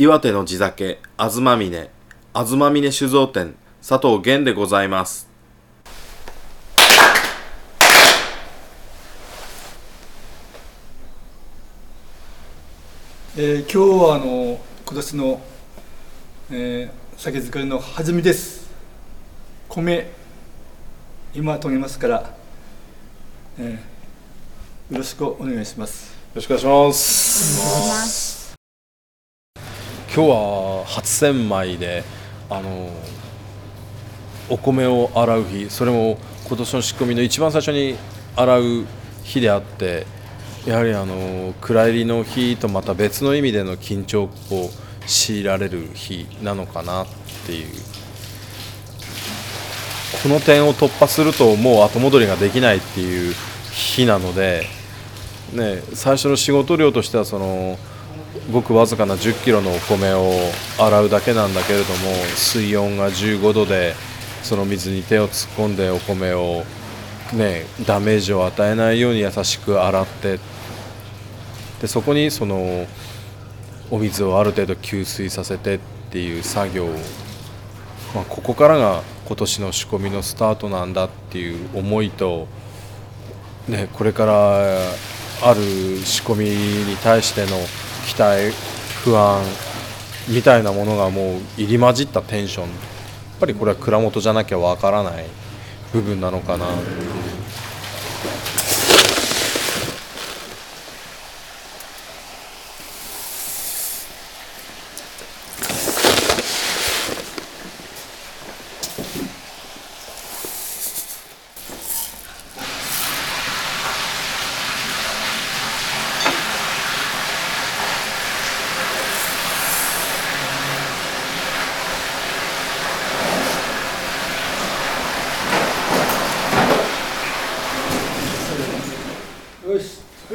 岩手の地酒、あずまみね酒造店、佐藤源でございます。 今日は今年の、酒造りの始めです。米今研げますから、よろしくお願いします。 よろしくお願いします。今日は初千枚でお米を洗う日、それも今年の仕込みの一番最初に洗う日であって、やはり蔵入りの日とまた別の意味での緊張を強いられる日なのかなっていう、この点を突破するともう後戻りができないっていう日なので、ね、最初の仕事量としてはごくわずかな10キロのお米を洗うだけなんだけれども、水温が15度でその水に手を突っ込んでお米を、ダメージを与えないように優しく洗って、でそこにお水をある程度吸水させてっていう作業を、ここからが今年の仕込みのスタートなんだっていう思いと、これからある仕込みに対しての期待、不安みたいなものがもう入り混じったテンション、やっぱりこれは蔵元じゃなきゃわからない部分なのかな。 よし、はい。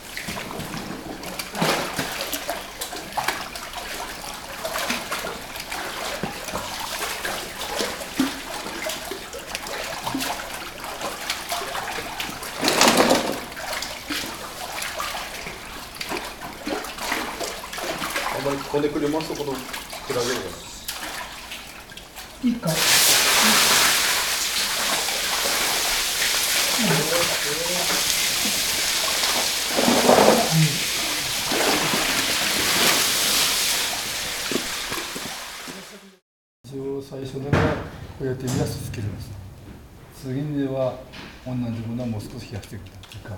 あんまり飛んでくれますとこの比べるいいか。一応最初ではこうやって冷やしつけるんです。次には同じものはもう少し冷やしていくというか。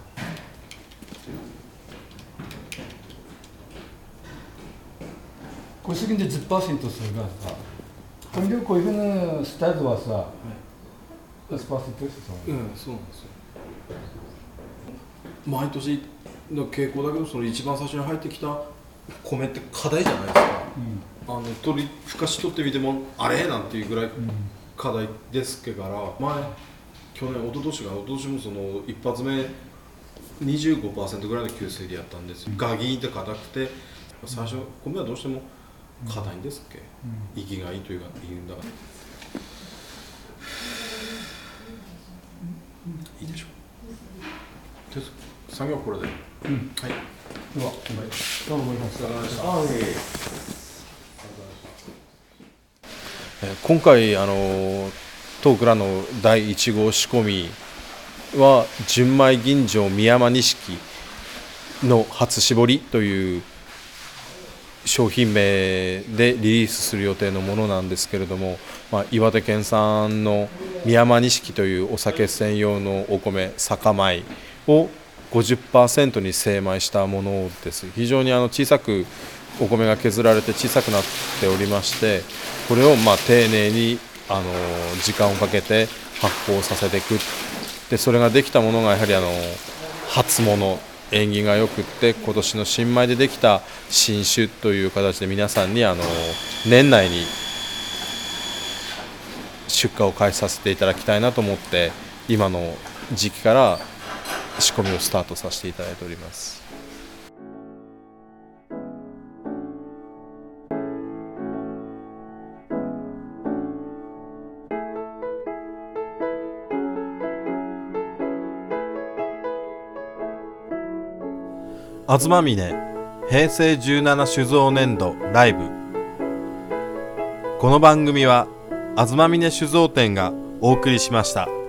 これ次に 10% するからさ、とにかくこういうふうなスタイルはさ、10% ですよ。 そうなんですよ。毎年の傾向だけど、その一番最初に入ってきた米って課題じゃないですか。ふかし取ってみてもあれなんていうぐらい課題ですけど、去年一昨年も一発目 25% ぐらいの吸水でやったんですよ。ガギーンって硬くて、最初米はどうしても硬いんですっけ、息がいいというかいいんだからいいでしょう。です作業はこれで、はい。 では、どうもございました。 今回当蔵の第1号仕込みは純米吟醸美山錦の初搾りという商品名でリリースする予定のものなんですけれども、岩手県産の美山錦というお酒専用のお米酒米を 50% に精米したものです。非常に小さくお米が削られて小さくなっておりまして、これを丁寧に時間をかけて発酵させていく。でそれができたものがやはり初物、縁起がよくって、今年の新米でできた新酒という形で皆さんに年内に出荷を開始させていただきたいなと思って、今の時期から仕込みをスタートさせていただいております。あずまみね平成17酒造年度ライブ。この番組は東峰酒造店がお送りしました。